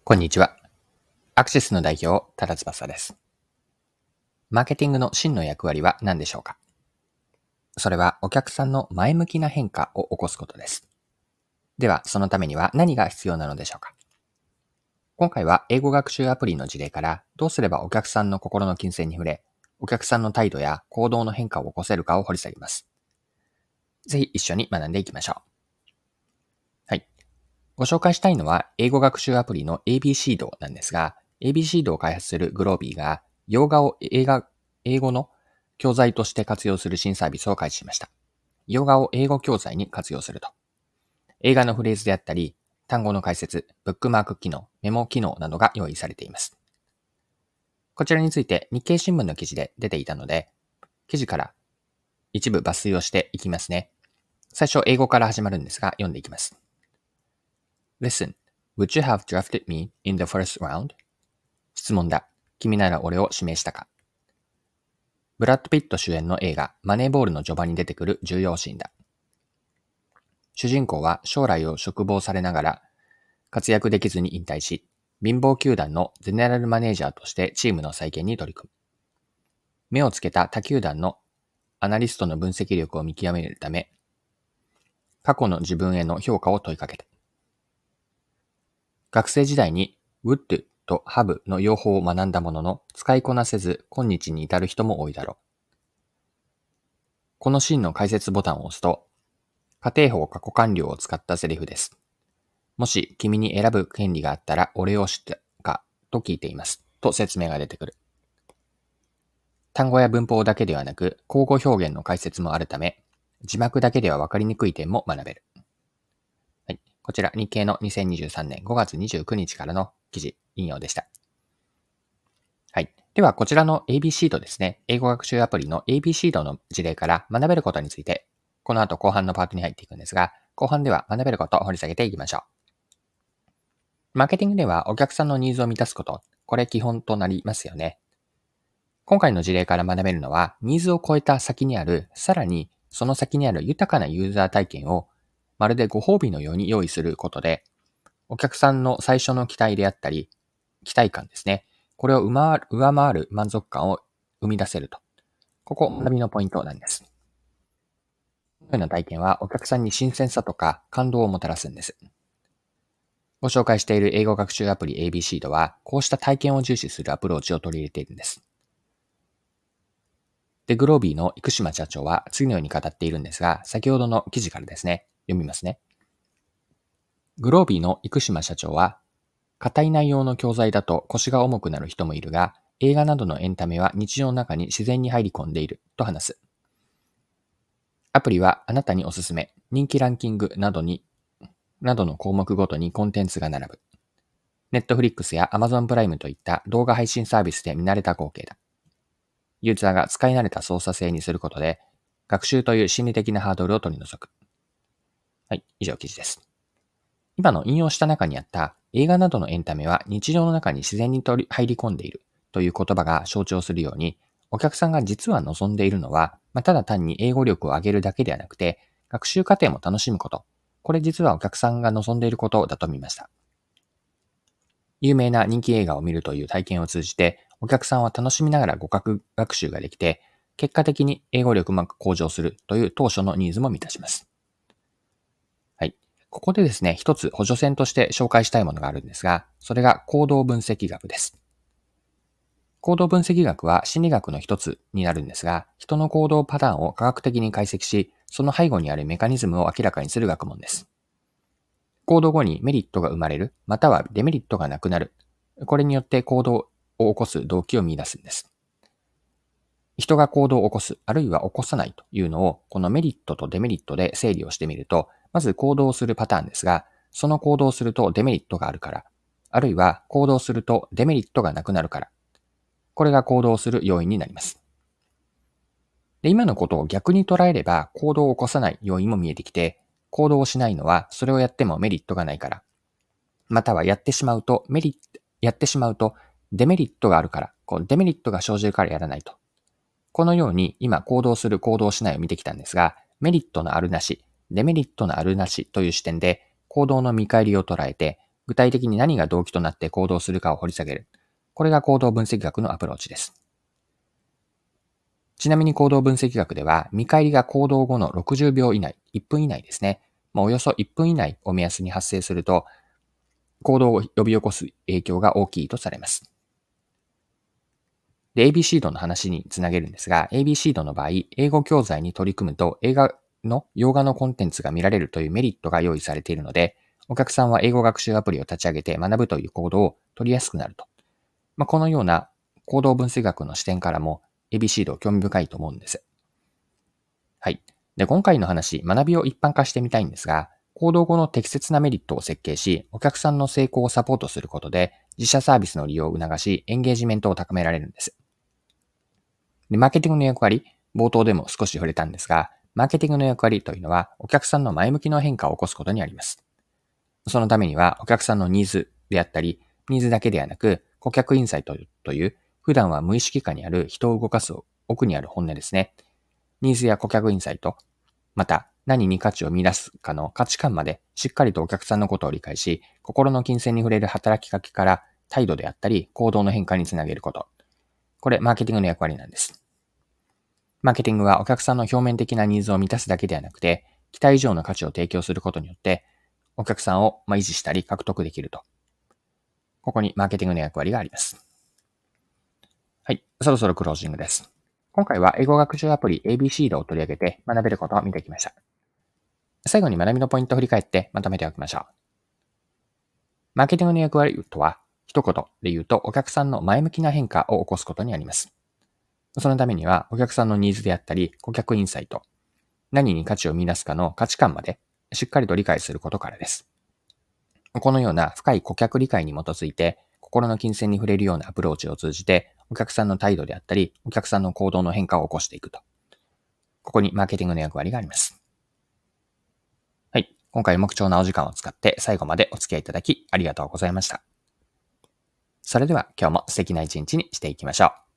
こんにちは。アクシスの代表、多田翼です。マーケティングの真の役割は何でしょうか？それはお客さんの前向きな変化を起こすことです。では、そのためには何が必要なのでしょうか？今回は英語学習アプリの事例からどうすればお客さんの心の金銭に触れ、お客さんの態度や行動の変化を起こせるかを掘り下げます。ぜひ一緒に学んでいきましょう。はい。ご紹介したいのは英語学習アプリの ABC ドなんですが、ABC ドを開発するグロービーが洋画を英語の教材として活用する新サービスを開始しました。洋画を英語教材に活用すると。映画のフレーズであったり、単語の解説、ブックマーク機能、メモ機能などが用意されています。こちらについて日経新聞の記事で出ていたので、記事から一部抜粋をしていきますね。最初英語から始まるんですが、読んでいきます。Listen, would you have drafted me in the first round? 質問だ。君なら俺を指名したか？ブラッド・ピット主演の映画マネーボールの序盤に出てくる重要シーンだ。主人公は将来を嘱望されながら活躍できずに引退し、貧乏球団のゼネラルマネージャーとしてチームの再建に取り組む。目をつけた他球団のアナリストの分析力を見極めるため、過去の自分への評価を問いかけた。学生時代に would と have の用法を学んだものの、使いこなせず今日に至る人も多いだろう。このシーンの解説ボタンを押すと、家庭法過去完了を使ったセリフです。もし君に選ぶ権利があったら俺を知ったかと聞いています。と説明が出てくる。単語や文法だけではなく、口語表現の解説もあるため、字幕だけでは分かりにくい点も学べる。はい、こちら日経の2023年5月29日からの記事引用でした。はい。では、こちらの ABC ドですね。英語学習アプリの ABC ドの事例から学べることについて、この後後半のパートに入っていくんですが、後半では学べることを掘り下げていきましょう。マーケティングではお客さんのニーズを満たすこと、これ基本となりますよね。今回の事例から学べるのは、ニーズを超えた先にある、さらにその先にある豊かなユーザー体験を、まるでご褒美のように用意することで、お客さんの最初の期待であったり、期待感ですね。これを上回る満足感を生み出せると。ここ、学びのポイントなんです。このような体験はお客さんに新鮮さとか感動をもたらすんです。ご紹介している英語学習アプリ ABC ドは、こうした体験を重視するアプローチを取り入れているんです。で、グロービーの生島社長は次のように語っているんですが、先ほどの記事からですね、読みますね。グロービーの生島社長は、硬い内容の教材だと腰が重くなる人もいるが、映画などのエンタメは日常の中に自然に入り込んでいると話す。アプリはあなたにおすすめ、人気ランキングなどの項目ごとにコンテンツが並ぶ。Netflix や Amazon プライムといった動画配信サービスで見慣れた光景だ。ユーザーが使い慣れた操作性にすることで、学習という心理的なハードルを取り除く。はい、以上記事です。今の引用した中にあった映画などのエンタメは日常の中に自然に入り込んでいるという言葉が象徴するように、お客さんが実は望んでいるのは、ただ単に英語力を上げるだけではなくて、学習過程も楽しむこと。これ実はお客さんが望んでいることだと見ました。有名な人気映画を見るという体験を通じて、お客さんは楽しみながら語学学習ができて、結果的に英語力も向上するという当初のニーズも満たします。はい。ここでですね、一つ補助線として紹介したいものがあるんですが、それが行動分析学です。行動分析学は心理学の一つになるんですが、人の行動パターンを科学的に解析し、その背後にあるメカニズムを明らかにする学問です。行動後にメリットが生まれる、またはデメリットがなくなる。これによって行動を起こす動機を見出すんです。人が行動を起こす、あるいは起こさないというのを、このメリットとデメリットで整理をしてみると、まず行動するパターンですが、その行動をするとデメリットがあるから、あるいは行動するとデメリットがなくなるから、これが行動する要因になります。で、今のことを逆に捉えれば、行動を起こさない要因も見えてきて、行動をしないのは、それをやってもメリットがないから、またはやってしまうとデメリットがあるから、デメリットが生じるからやらないと。このように今行動する行動をしないを見てきたんですが、メリットのあるなし、デメリットのあるなしという視点で行動の見返りを捉えて、 具体的に何が動機となって行動するかを掘り下げる。これが行動分析学のアプローチです。ちなみに行動分析学では、見返りが行動後の60秒以内、1分以内ですね。およそ1分以内を目安に発生すると、行動を呼び起こす影響が大きいとされます。で、AB シードの話につなげるんですが、AB シードの場合、英語教材に取り組むと洋画のコンテンツが見られるというメリットが用意されているので、お客さんは英語学習アプリを立ち上げて学ぶという行動を取りやすくなると。このような行動分析学の視点からも AB シード興味深いと思うんです。はい。で、今回の話、学びを一般化してみたいんですが、行動後の適切なメリットを設計し、お客さんの成功をサポートすることで、自社サービスの利用を促し、エンゲージメントを高められるんです。で、マーケティングの役割、冒頭でも少し触れたんですが、マーケティングの役割というのは、お客さんの前向きの変化を起こすことにあります。そのためには、お客さんのニーズであったり、ニーズだけではなく、顧客インサイトという、普段は無意識下にある人を動かす奥にある本音ですね。ニーズや顧客インサイト、また何に価値を見出すかの価値観までしっかりとお客さんのことを理解し、心の金銭に触れる働きかけから態度であったり行動の変化につなげること。これ、マーケティングの役割なんです。マーケティングはお客さんの表面的なニーズを満たすだけではなくて、期待以上の価値を提供することによって、お客さんを維持したり獲得できると。ここにマーケティングの役割があります。はい、そろそろクロージングです。今回は英語学習アプリ ABC を取り上げて学べることを見てきました。最後に学びのポイントを振り返ってまとめておきましょう。マーケティングの役割とは、一言で言うとお客さんの前向きな変化を起こすことにあります。そのためにはお客さんのニーズであったり顧客インサイト、何に価値を見出すかの価値観までしっかりと理解することからです。このような深い顧客理解に基づいて、心の金銭に触れるようなアプローチを通じて、お客さんの態度であったり、お客さんの行動の変化を起こしていくと。ここにマーケティングの役割があります。はい。今回も貴重なお時間を使って最後までお付き合いいただきありがとうございました。それでは今日も素敵な一日にしていきましょう。